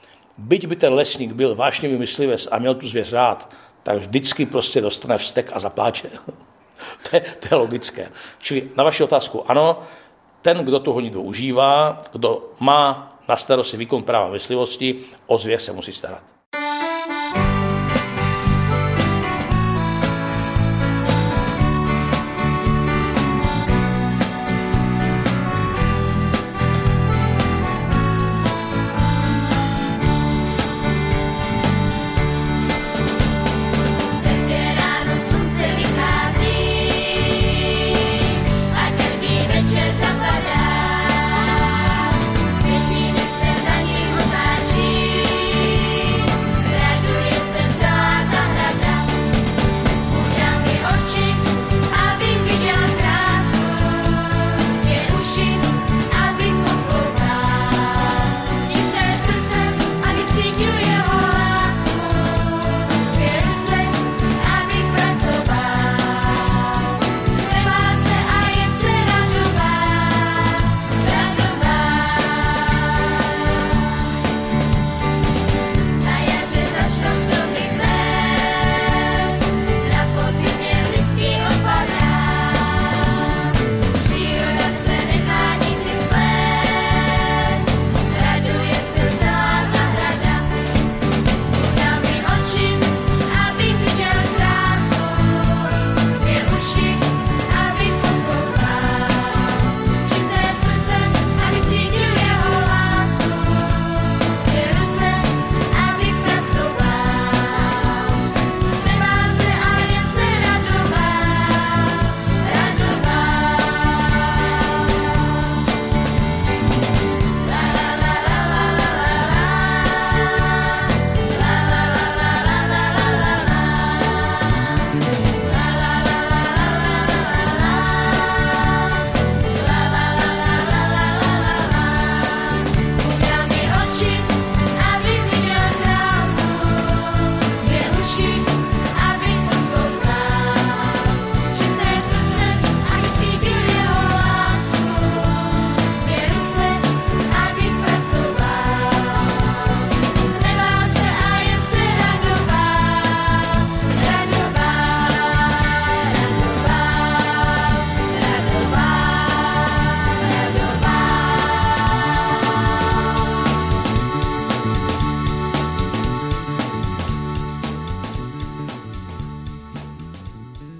Byť by ten lesník byl vášnivý myslivec a měl tu zvěř rád, tak vždycky prostě dostane vztek a zapláče. to, je, to je logické. Čili na vaši otázku ano, ten, kdo tu honitbu užívá, kdo má na starosti výkon práva myslivosti, o zvěř se musí starat. Květiny se za ním otáčí.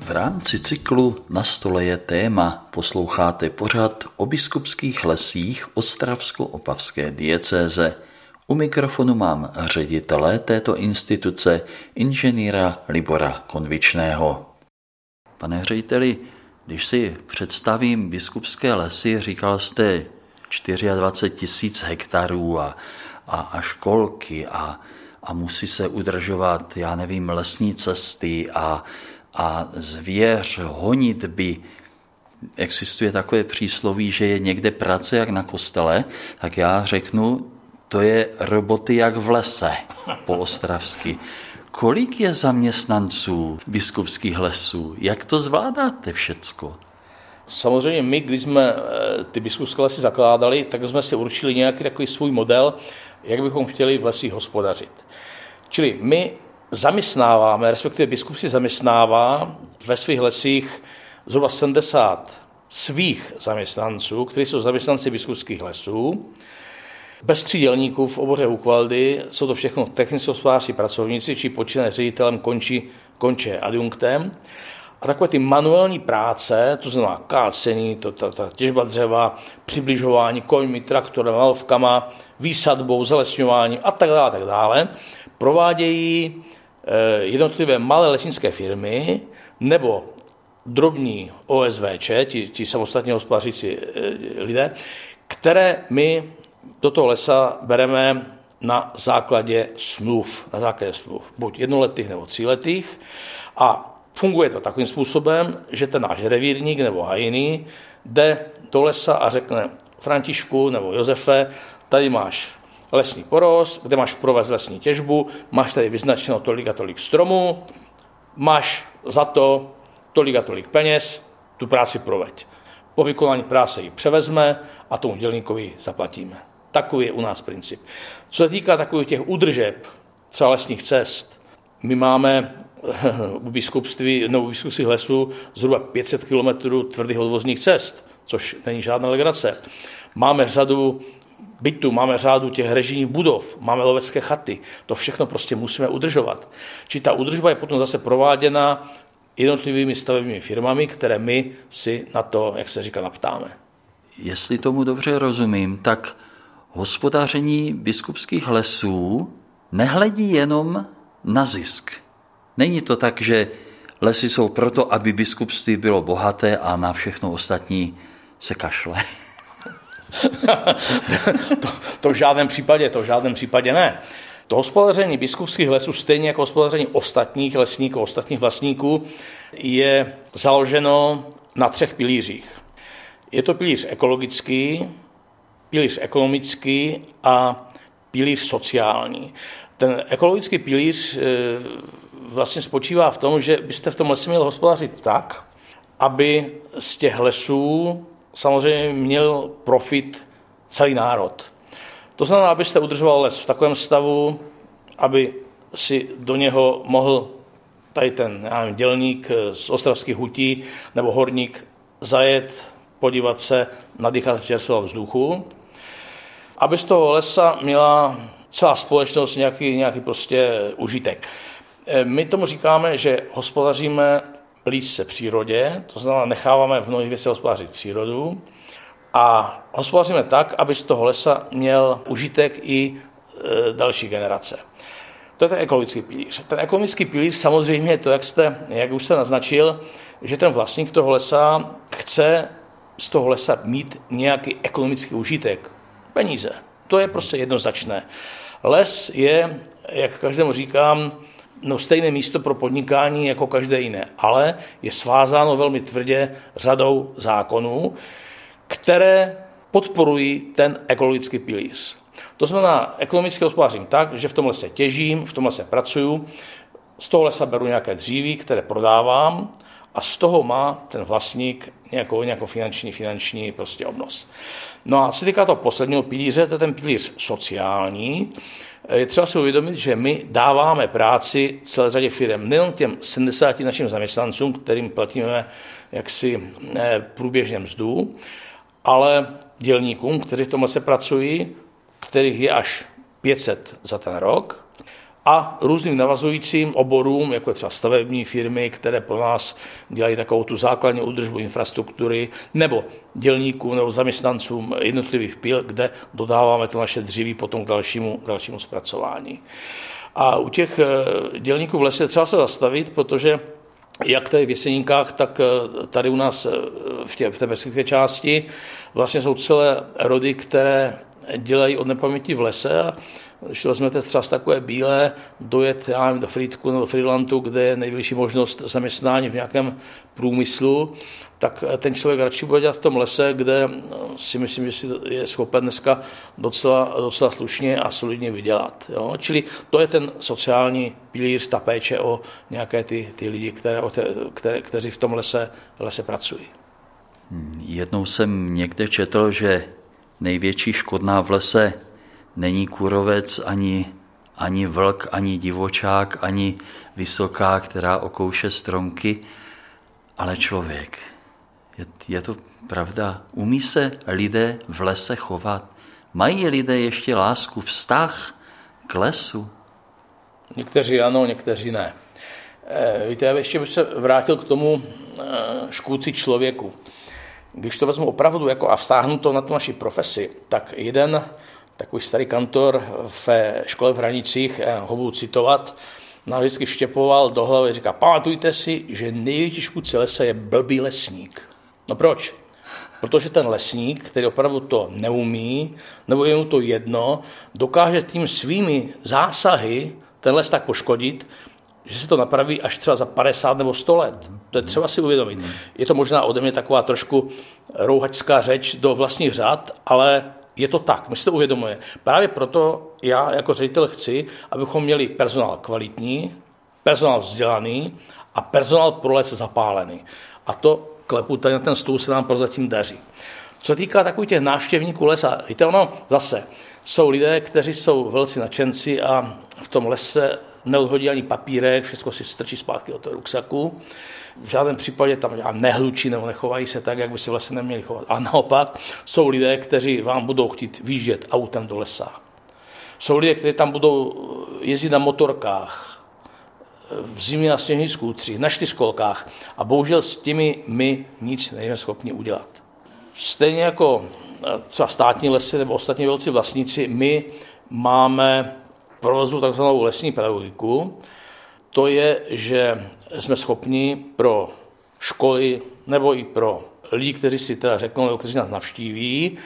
V rámci cyklu Na stole je téma posloucháte pořad o biskupských lesích Ostravsko-opavské diecéze. U mikrofonu mám ředitele této instituce, inženýra Libora Konvičného. Pane řediteli, když si představím biskupské lesy, říkal jste dvacet čtyři tisíc hektarů a, a, a školky a, a musí se udržovat, já nevím, lesní cesty a, a zvěř, honitby. Existuje takové přísloví, že je někde práce jak na kostele, tak já řeknu, to je roboty jak v lese po ostravsky. Kolik je zaměstnanců biskupských lesů? Jak to zvládáte všecko? Samozřejmě my, když jsme ty biskupské lesy zakládali, tak jsme si určili nějaký takový svůj model, jak bychom chtěli v lesích hospodařit. Čili my zaměstnáváme, respektive biskup si zaměstnává ve svých lesích zhruba sedmdesát svých zaměstnanců, kteří jsou zaměstnanci biskupských lesů. Bez tří dělníků v oboře Hukvaldy jsou to všechno technicko-hospodářští pracovníci, či počínaje ředitelem, končí, konče adjunktem. A takové ty manuální práce, to znamená kácení, to, ta, ta těžba dřeva, přibližování koňmi, traktorem, lavkama, výsadbou, zalesňováním a tak dále, tak dále, provádějí eh, jednotlivé malé lesnické firmy nebo drobní O S V Č, ti, ti samostatně hospodařící eh, lidé, které my do toho lesa bereme na základě smluv, na základě smluv, buď jednoletých nebo tříletých, a funguje to takovým způsobem, že ten náš revírník nebo hajný jde do lesa a řekne: Františku nebo Josefe, tady máš lesní porost, kde máš provést lesní těžbu, máš tady vyznačeno tolik a tolik stromů, máš za to tolik a tolik peněz, tu práci proveď. Po vykonání práce ji převezme a tomu dělníkovi zaplatíme. Takový je u nás princip. Co se týká takových těch údržeb, třeba lesních cest, my máme u biskupství nebo u biskupských lesů zhruba pět set kilometrů tvrdých odvozních cest, což není žádná legrace. Máme řadu bytů, máme řadu těch režijních budov, máme lovecké chaty. To všechno prostě musíme udržovat. Či ta údržba je potom zase prováděna jednotlivými stavebními firmami, které my si na to, jak se říká, naptáme. Jestli tomu dobře rozumím, tak hospodaření biskupských lesů nehledí jenom na zisk. Není to tak, že lesy jsou proto, aby biskupství bylo bohaté a na všechno ostatní se kašle. to, to v žádném případě, to v žádném případě ne. To hospodaření biskupských lesů, stejně jako hospodaření ostatních lesníků, ostatních vlastníků, je založeno na třech pilířích. Je to pilíř ekologický, pilíř ekonomický a pilíř sociální. Ten ekologický pilíř vlastně spočívá v tom, že byste v tom lese měl hospodařit tak, aby z těch lesů samozřejmě měl profit celý národ. To znamená, abyste udržoval les v takovém stavu, aby si do něho mohl tady ten já nevím, dělník z ostravských hutí nebo horník zajet, podívat se, nadýchat čerstvého vzduchu, aby z toho lesa měla celá společnost nějaký, nějaký prostě užitek. My tomu říkáme, že hospodaříme blízce přírodě, to znamená, necháváme v mnohých věcech hospodařit přírodu a hospodaříme tak, aby z toho lesa měl užitek i e, další generace. To je ten ekologický pilíř. Ten ekologický pilíř samozřejmě je to, jak, jste, jak už jste naznačil, že ten vlastník toho lesa chce z toho lesa mít nějaký ekonomický užitek. Peníze. To je prostě jednoznačné. Les je, jak každému říkám, no stejné místo pro podnikání jako každé jiné, ale je svázáno velmi tvrdě řadou zákonů, které podporují ten ekologický pilíř. To znamená, ekonomicky hospodařím tak, že v tom lese těžím, v tom lese pracuju, z toho lesa beru nějaké dříví, které prodávám a z toho má ten vlastník nějakou, nějakou finanční, finanční prostě obnos. No a co se týká toho posledního pilíře, to je ten pilíř sociální. Je třeba si uvědomit, že my dáváme práci celé řadě firem, nejen těm sedmdesáti našim zaměstnancům, kterým platíme jaksi průběžně mzdu, ale dělníkům, kteří v tom lese pracují, kterých je až pět set za ten rok. a různým navazujícím oborům, jako třeba stavební firmy, které pro nás dělají takovou tu základní údržbu infrastruktury, nebo dělníkům nebo zaměstnancům jednotlivých pil, kde dodáváme to naše dříví potom k dalšímu, k dalšímu zpracování. A u těch dělníků v lese třeba se zastavit, protože jak tady v Jeseníkách, tak tady u nás v té, v té beskydské části vlastně jsou celé rody, které dělají od nepaměti v lese. A když vezmete třeba takové bílé, dojet já nevím, do Frýdku nebo do Frýdlantu, kde je největší možnost zaměstnání v nějakém průmyslu, tak ten člověk radši bude dělat v tom lese, kde si myslím, že si je schopen dneska docela, docela slušně a solidně vydělat. Jo? Čili to je ten sociální pilíř, ta péče o nějaké ty, ty lidi, které, které, kteří v tom lese, lese pracují. Jednou jsem někde četl, že největší škodná v lese není kůrovec, ani, ani vlk, ani divočák, ani vysoká, která okouše stromky, ale člověk. Je, je to pravda? Umí se lidé v lese chovat? Mají lidé ještě lásku, vztah k lesu? Někteří ano, někteří ne. E, víte, já ještě bych se vrátil k tomu e, škůdci člověku. Když to vezmu opravdu jako a vztáhnu to na tu naši profesi, tak jeden takový starý kantor v škole v Hranicích, ho budu citovat, nám vždycky vštěpoval do hlavy, říká, pamatujte si, že největší škůdce lesa je blbý lesník. No proč? Protože ten lesník, který opravdu to neumí, nebo je mu to jedno, dokáže tím svými zásahy ten les tak poškodit, že se to napraví až třeba za padesát nebo sto let. To je třeba si uvědomit. Je to možná ode mě taková trošku rouhačská řeč do vlastních řad, ale je to tak, my si to uvědomujeme. Právě proto já jako ředitel chci, abychom měli personál kvalitní, personál vzdělaný a personál pro les zapálený. A to klepu tady na ten stůl se nám prozatím daří. Co se týká takových těch návštěvníků lesa, víte, ono zase jsou lidé, kteří jsou velcí nadšenci a v tom lese neodhodí ani papírek, všechno si strčí zpátky od toho ruksaku. V žádném případě tam nehlučí nebo nechovají se tak, jak by se vlastně neměli chovat. A naopak jsou lidé, kteří vám budou chtít výjíždět autem do lesa. Jsou lidé, kteří tam budou jezdit na motorkách, v zimě na sněžných skútřích, na čtyřkolkách a bohužel s těmi my nic nejsme schopni udělat. Stejně jako třeba státní lesy nebo ostatní velcí vlastníci, my máme v provozu takzvanou lesní pedagogiku. To je, že jsme schopni pro školy nebo i pro lidi, kteří si teda řeknou, nebo kteří nás navštíví,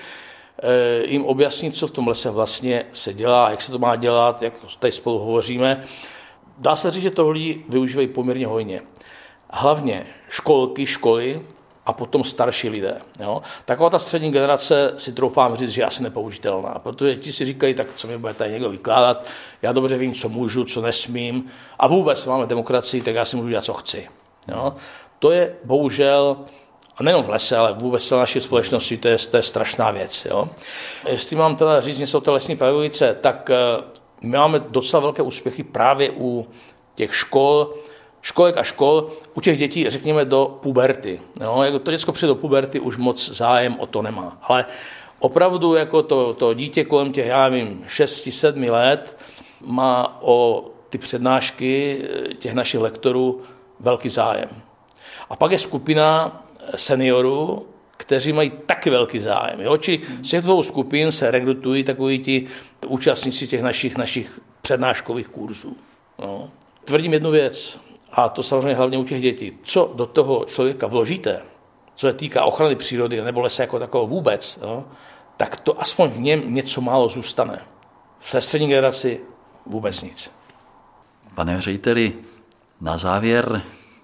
jim objasnit, co v tom lese vlastně se dělá, jak se to má dělat, jak tady spolu hovoříme. Dá se říct, že toho lidi využívají poměrně hojně. Hlavně školky, školy a potom starší lidé. Jo? Taková ta střední generace si troufám říct, že je asi nepoužitelná, protože ti si říkají, tak co mi bude tady někdo vykládat, já dobře vím, co můžu, co nesmím a vůbec máme demokracii, tak já si můžu dělat, co chci. Jo? To je bohužel, a nejenom v lese, ale vůbec celé naší společnosti, to je, to je strašná věc. Jo? Jestli mám teda říct něco o té lesní pedagogice, tak my máme docela velké úspěchy právě u těch škol, školek a škol, u těch dětí, řekněme, do puberty. Jo, jako to děcko přijde do puberty, už moc zájem o to nemá. Ale opravdu jako to, to dítě kolem těch, já nevím, šesti sedmi let má o ty přednášky těch našich lektorů velký zájem. A pak je skupina seniorů, kteří mají taky velký zájem. Jo? Čili z těchto skupin se rekrutují takoví ti účastníci těch našich, našich přednáškových kurzů. Jo? Tvrdím jednu věc, a to samozřejmě hlavně u těch dětí. Co do toho člověka vložíte, co se týká ochrany přírody nebo lesa jako takového vůbec, jo? Tak to aspoň v něm něco málo zůstane. V té střední generaci vůbec nic. Pane řediteli, na závěr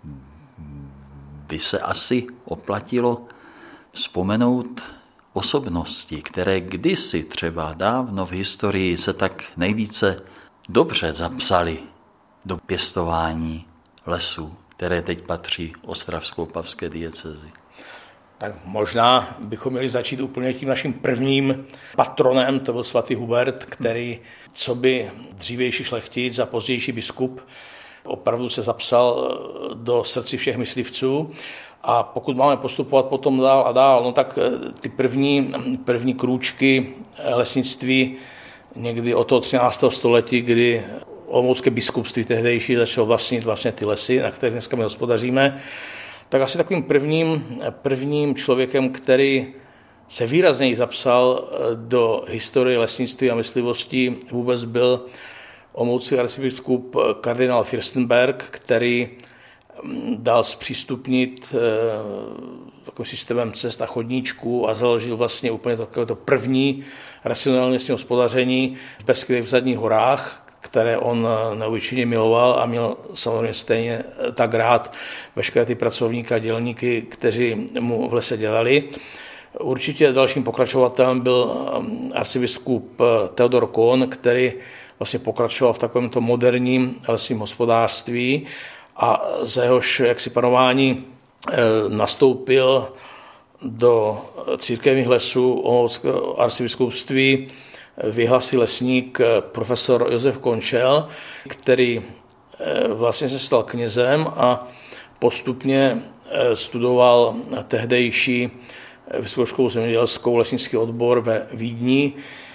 by se asi oplatilo vzpomenout osobnosti, které kdysi třeba dávno v historii se tak nejvíce dobře zapsaly do pěstování lesů, které teď patří ostravsko-opavské diecézi. Tak možná bychom měli začít úplně tím naším prvním patronem, to byl svatý Hubert, který, co by dřívější šlechtic a pozdější biskup, opravdu se zapsal do srdci všech myslivců. A pokud máme postupovat potom dál a dál, no tak ty první, první krůčky lesnictví někdy od toho třináctého století, kdy olomoucké biskupství tehdejší začalo vlastnit vlastně ty lesy, na kterých dneska my hospodaříme, tak asi takovým prvním, prvním člověkem, který se výrazněji zapsal do historie lesnictví a myslivosti, vůbec byl olomoucký arcibiskup kardinál Fürstenberg, který dal zpřístupnit takovým systémem cest a chodníčků a založil vlastně úplně to první racionální městské hospodaření v Beskydech v Zadních horách, které on neobyčejně miloval a měl samozřejmě stejně tak rád veškeré ty pracovníky a dělníky, kteří mu v lese dělali. Určitě dalším pokračovatelem byl arcibiskup Theodor Kohn, který vlastně pokračoval v takovémto moderním lesním hospodářství a za jehož jaksi panování nastoupil do církevních lesů olomouckého arcibiskupství vyhlasí lesník profesor Josef Končel, který vlastně se stal knězem a postupně studoval tehdejší Vysokou školu zemědělskou, lesnický odbor ve Vídni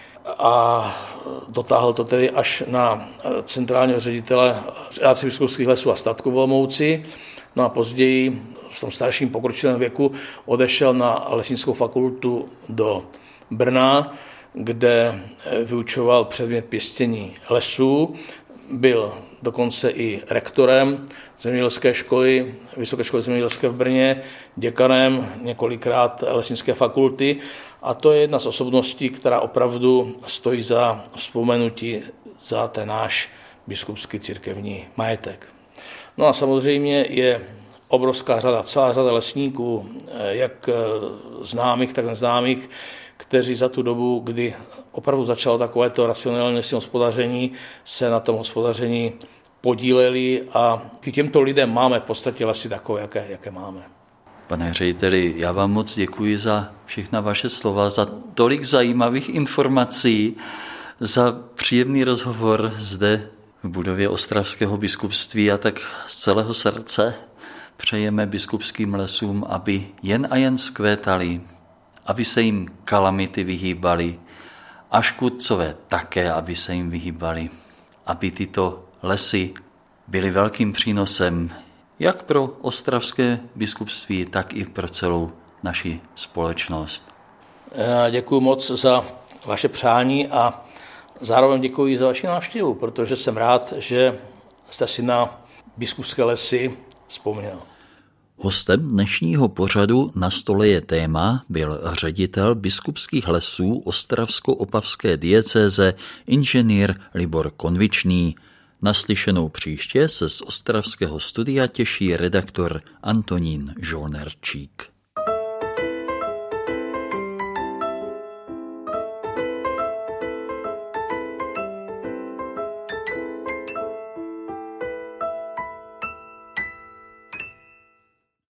a dotáhl to tedy až na centrálního ředitele arcibiskupských lesů a statků v Olomouci. No a později v tom starším pokročilém věku odešel na lesnickou fakultu do Brna, kde vyučoval předmět pěstění lesů. Byl dokonce i rektorem zemědělské školy, Vysoké školy zemědělské v Brně, děkanem několikrát lesnické fakulty a to je jedna z osobností, která opravdu stojí za vzpomenutí za ten náš biskupský církevní majetek. No a samozřejmě je obrovská řada, celá řada lesníků, jak známých, tak neznámých, kteří za tu dobu, kdy opravdu začalo takovéto racionální lesní hospodaření, se na tom hospodaření podíleli a k těmto lidem máme v podstatě lesy takové, jaké, jaké máme. Pane řediteli, já vám moc děkuji za všechna vaše slova, za tolik zajímavých informací, za příjemný rozhovor zde v budově Ostravského biskupství a tak z celého srdce přejeme biskupským lesům, aby jen a jen vzkvétali, aby se jim kalamity vyhýbaly a škůdcové také, aby se jim vyhýbaly, aby tyto lesy byly velkým přínosem jak pro ostravské biskupství, tak i pro celou naši společnost. Já děkuji moc za vaše přání a zároveň děkuji za vaši návštěvu, protože jsem rád, že jste si na biskupské lesy vzpomněl. Hostem dnešního pořadu Na stole je téma byl ředitel biskupských lesů ostravsko-opavské diecéze inženýr Libor Konvičný. Naslyšenou příště se z ostravského studia těší redaktor Antonín Žolnerčík.